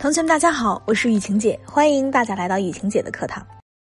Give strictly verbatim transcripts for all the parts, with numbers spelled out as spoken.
同学们大家好，我是雨晴姐，欢迎大家来到雨晴姐的课堂。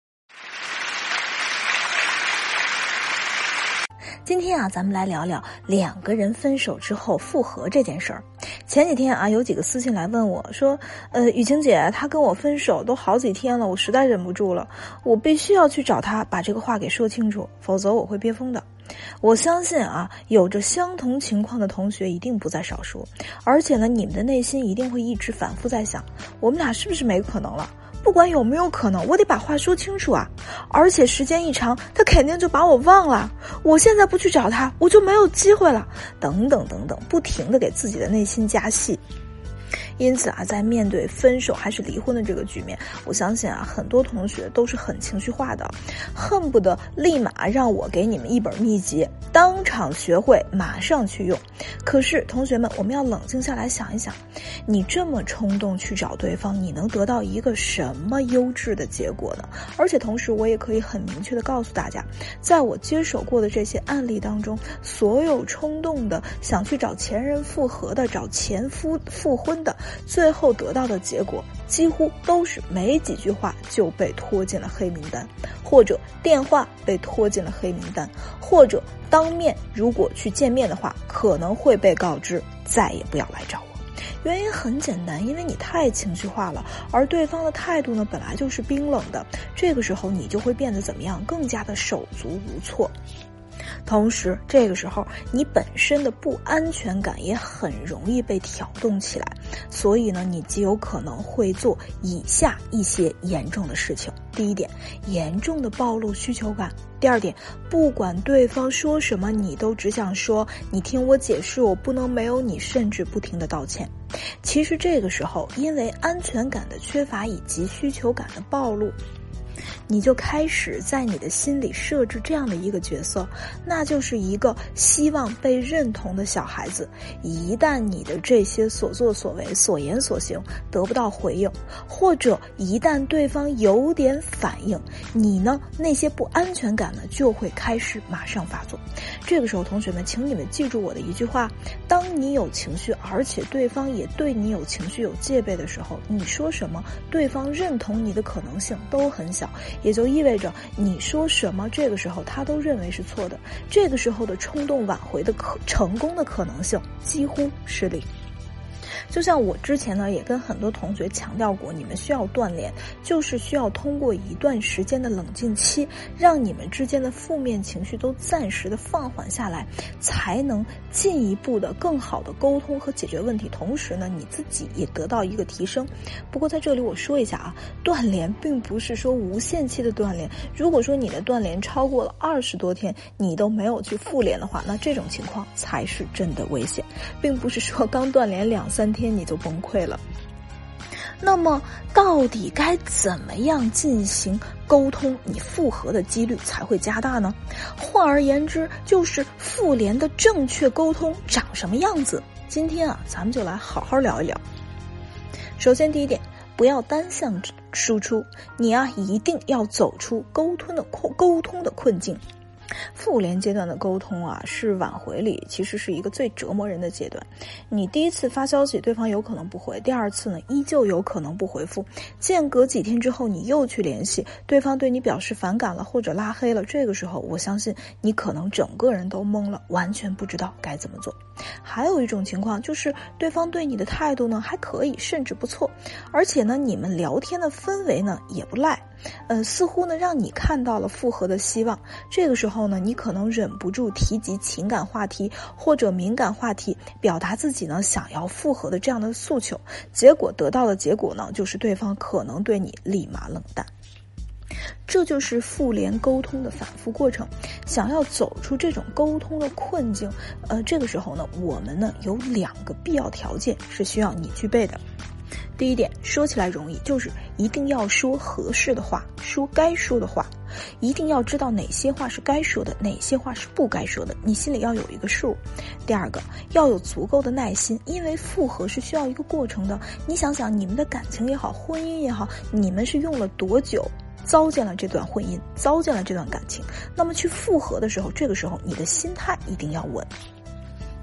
今天啊，咱们来聊聊两个人分手之后复合这件事儿。前几天啊，有几个私信来问我说，呃，雨晴姐，他跟我分手都好几天了，我实在忍不住了，我必须要去找他把这个话给说清楚，否则我会憋疯的。我相信啊，有着相同情况的同学一定不在少数，而且呢，你们的内心一定会一直反复在想，我们俩是不是没可能了？不管有没有可能，我得把话说清楚啊！而且时间一长，他肯定就把我忘了。我现在不去找他，我就没有机会了。等等等等，不停地给自己的内心加戏。因此啊，在面对分手还是离婚的这个局面，我相信啊，很多同学都是很情绪化的，恨不得立马让我给你们一本秘籍，当场学会，马上去用。可是同学们，我们要冷静下来想一想，你这么冲动去找对方，你能得到一个什么优质的结果呢？而且同时我也可以很明确的告诉大家，在我接手过的这些案例当中，所有冲动的想去找前任复合的，找前夫复婚的，最后得到的结果几乎都是没几句话就被拖进了黑名单，或者电话被拖进了黑名单，或者当面如果去见面的话，可能会被告知再也不要来找我。原因很简单，因为你太情绪化了，而对方的态度呢本来就是冰冷的，这个时候你就会变得怎么样，更加的手足无措。同时这个时候你本身的不安全感也很容易被挑动起来，所以呢你极有可能会做以下一些严重的事情。第一点，严重的暴露需求感。第二点，不管对方说什么你都只想说你听我解释，我不能没有你，甚至不停地道歉。其实这个时候因为安全感的缺乏以及需求感的暴露，你就开始在你的心里设置这样的一个角色，那就是一个希望被认同的小孩子。一旦你的这些所作所为、所言所行得不到回应，或者一旦对方有点反应，你呢那些不安全感呢就会开始马上发作。这个时候同学们，请你们记住我的一句话，当你有情绪，而且对方也对你有情绪有戒备的时候，你说什么对方认同你的可能性都很小，也就意味着你说什么这个时候他都认为是错的，这个时候的冲动挽回的可成功的可能性几乎是零。就像我之前呢也跟很多同学强调过，你们需要锻炼，就是需要通过一段时间的冷静期，让你们之间的负面情绪都暂时的放缓下来，才能进一步的更好的沟通和解决问题，同时呢你自己也得到一个提升。不过在这里我说一下啊，锻炼并不是说无限期的锻炼，如果说你的锻炼超过了二十多天你都没有去复练的话，那这种情况才是真的危险，并不是说刚锻炼两三天你就崩溃了。那么到底该怎么样进行沟通，你复合的几率才会加大呢？换而言之，就是复联的正确沟通长什么样子。今天啊，咱们就来好好聊一聊。首先第一点，不要单向输出，你啊一定要走出沟通的沟通的困境。复联阶段的沟通啊，是挽回里其实是一个最折磨人的阶段。你第一次发消息，对方有可能不回；第二次呢，依旧有可能不回复。间隔几天之后，你又去联系，对方对你表示反感了或者拉黑了。这个时候，我相信你可能整个人都懵了，完全不知道该怎么做。还有一种情况就是，对方对你的态度呢还可以，甚至不错，而且呢，你们聊天的氛围呢也不赖。呃，似乎呢让你看到了复合的希望。这个时候呢，你可能忍不住提及情感话题或者敏感话题，表达自己呢想要复合的这样的诉求，结果得到的结果呢，就是对方可能对你立马冷淡。这就是复联沟通的反复过程。想要走出这种沟通的困境，呃，这个时候呢，我们呢有两个必要条件是需要你具备的。第一点，说起来容易，就是一定要说合适的话，说该说的话，一定要知道哪些话是该说的，哪些话是不该说的，你心里要有一个数。第二个，要有足够的耐心，因为复合是需要一个过程的。你想想，你们的感情也好，婚姻也好，你们是用了多久糟践了这段婚姻，糟践了这段感情？那么去复合的时候，这个时候你的心态一定要稳。很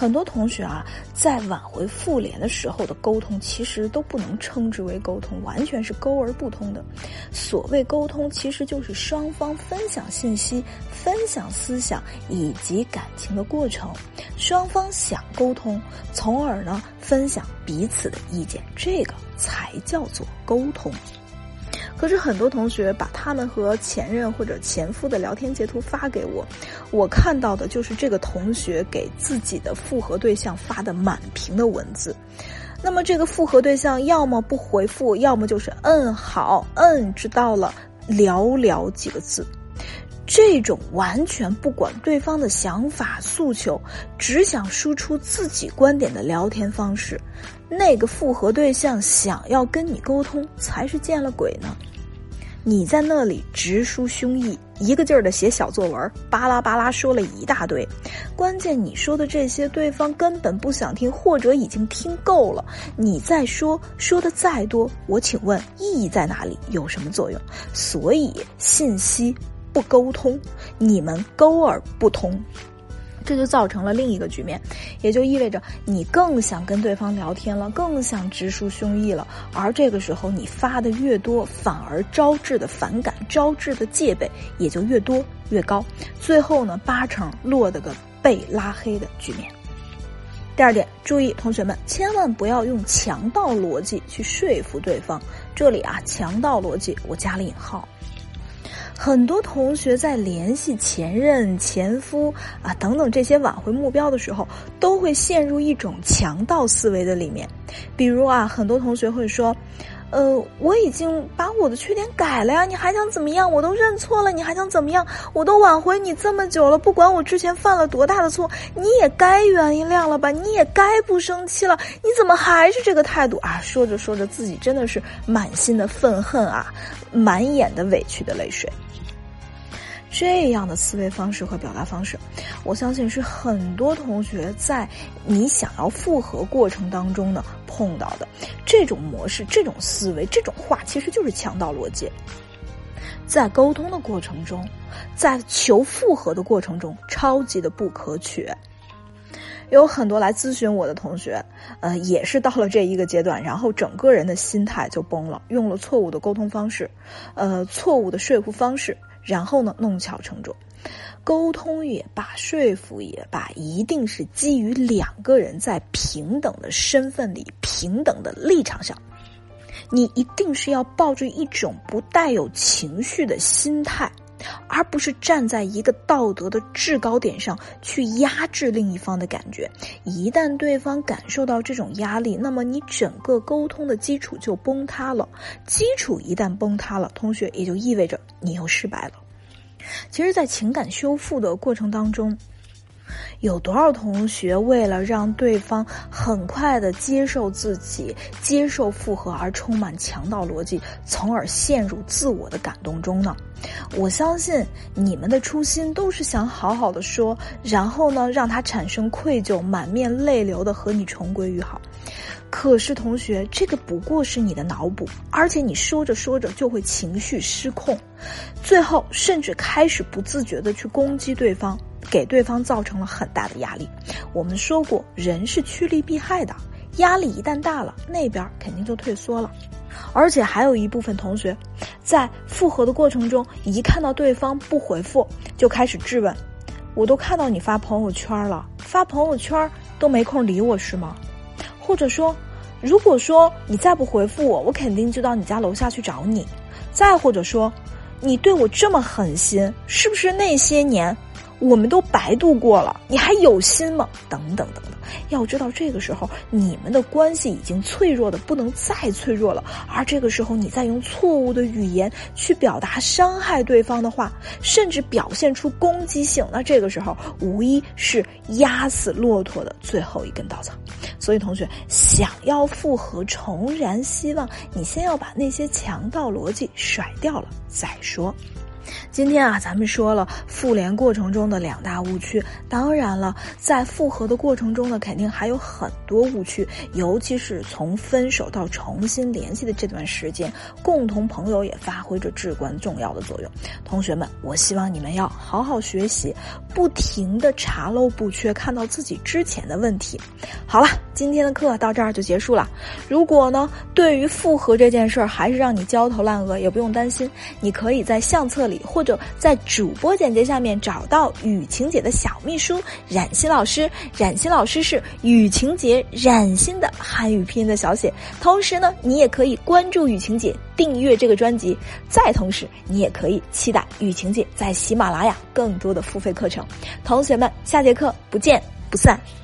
很多同学啊，在挽回复联的时候的沟通，其实都不能称之为沟通，完全是沟而不通的。所谓沟通，其实就是双方分享信息、分享思想以及感情的过程。双方想沟通，从而呢分享彼此的意见，这个才叫做沟通。可是很多同学把他们和前任或者前夫的聊天截图发给我，我看到的就是这个同学给自己的复合对象发的满屏的文字。那么这个复合对象要么不回复，要么就是嗯好，嗯知道了，寥寥几个字。这种完全不管对方的想法诉求，只想输出自己观点的聊天方式，那个复合对象想要跟你沟通才是见了鬼呢。你在那里直抒胸臆，一个劲儿的写小作文，巴拉巴拉说了一大堆，关键你说的这些对方根本不想听，或者已经听够了，你再说说的再多，我请问意义在哪里，有什么作用？所以信息不沟通，你们沟而不通，这就造成了另一个局面，也就意味着你更想跟对方聊天了，更想直抒胸臆了，而这个时候你发的越多，反而招致的反感、招致的戒备也就越多越高，最后呢，八成落得个被拉黑的局面。第二点，注意同学们千万不要用强盗逻辑去说服对方，这里啊，强盗逻辑我加了引号。很多同学在联系前任、前夫啊等等这些挽回目标的时候，都会陷入一种强盗思维的里面。比如啊，很多同学会说，呃，我已经把我的缺点改了呀，你还想怎么样？我都认错了，你还想怎么样？我都挽回你这么久了，不管我之前犯了多大的错，你也该原谅了吧？你也该不生气了，你怎么还是这个态度啊？说着说着，自己真的是满心的愤恨啊，满眼的委屈的泪水。这样的思维方式和表达方式，我相信是很多同学在你想要复合过程当中呢碰到的。这种模式、这种思维、这种话，其实就是强盗逻辑。在沟通的过程中，在求复合的过程中，超级的不可取。有很多来咨询我的同学，呃，也是到了这一个阶段，然后整个人的心态就崩了，用了错误的沟通方式，呃，错误的说服方式。然后呢，弄巧成拙。沟通也罢，说服也罢，一定是基于两个人在平等的身份里、平等的立场上。你一定是要抱着一种不带有情绪的心态，而不是站在一个道德的制高点上去压制另一方的感觉。一旦对方感受到这种压力，那么你整个沟通的基础就崩塌了。基础一旦崩塌了，同学也就意味着你又失败了。其实在情感修复的过程当中，有多少同学为了让对方很快的接受自己、接受复合而充满强盗逻辑，从而陷入自我的感动中呢？我相信你们的初心都是想好好的说，然后呢让他产生愧疚，满面泪流的和你重归于好。可是同学，这个不过是你的脑补，而且你说着说着就会情绪失控，最后甚至开始不自觉的去攻击对方，给对方造成了很大的压力。我们说过，人是趋利避害的，压力一旦大了，那边肯定就退缩了。而且还有一部分同学在复合的过程中，一看到对方不回复，就开始质问，我都看到你发朋友圈了，发朋友圈都没空理我是吗？或者说，如果说你再不回复我，我肯定就到你家楼下去找你。再或者说，你对我这么狠心，是不是那些年我们都白度过了，你还有心吗？等等等等。要知道这个时候你们的关系已经脆弱的不能再脆弱了，而这个时候你再用错误的语言去表达伤害对方的话，甚至表现出攻击性，那这个时候无疑是压死骆驼的最后一根稻草。所以同学，想要复合重燃希望，你先要把那些强盗逻辑甩掉了再说。 今天啊，咱们说了复联过程中的两大误区，当然了，在复合的过程中呢，肯定还有很多误区，尤其是从分手到重新联系的这段时间，共同朋友也发挥着至关重要的作用。同学们，我希望你们要好好学习，不停地查漏补缺，看到自己之前的问题。好了，今天的课到这儿就结束了。如果呢，对于复合这件事儿还是让你焦头烂额，也不用担心，你可以在相册里或者在主播简介下面找到雨晴姐的小秘书冉欣老师。冉欣老师是雨晴姐冉欣的汉语拼音的小写。同时呢，你也可以关注雨晴姐，订阅这个专辑。再同时，你也可以期待雨晴姐在喜马拉雅更多的付费课程。同学们，下节课不见不散。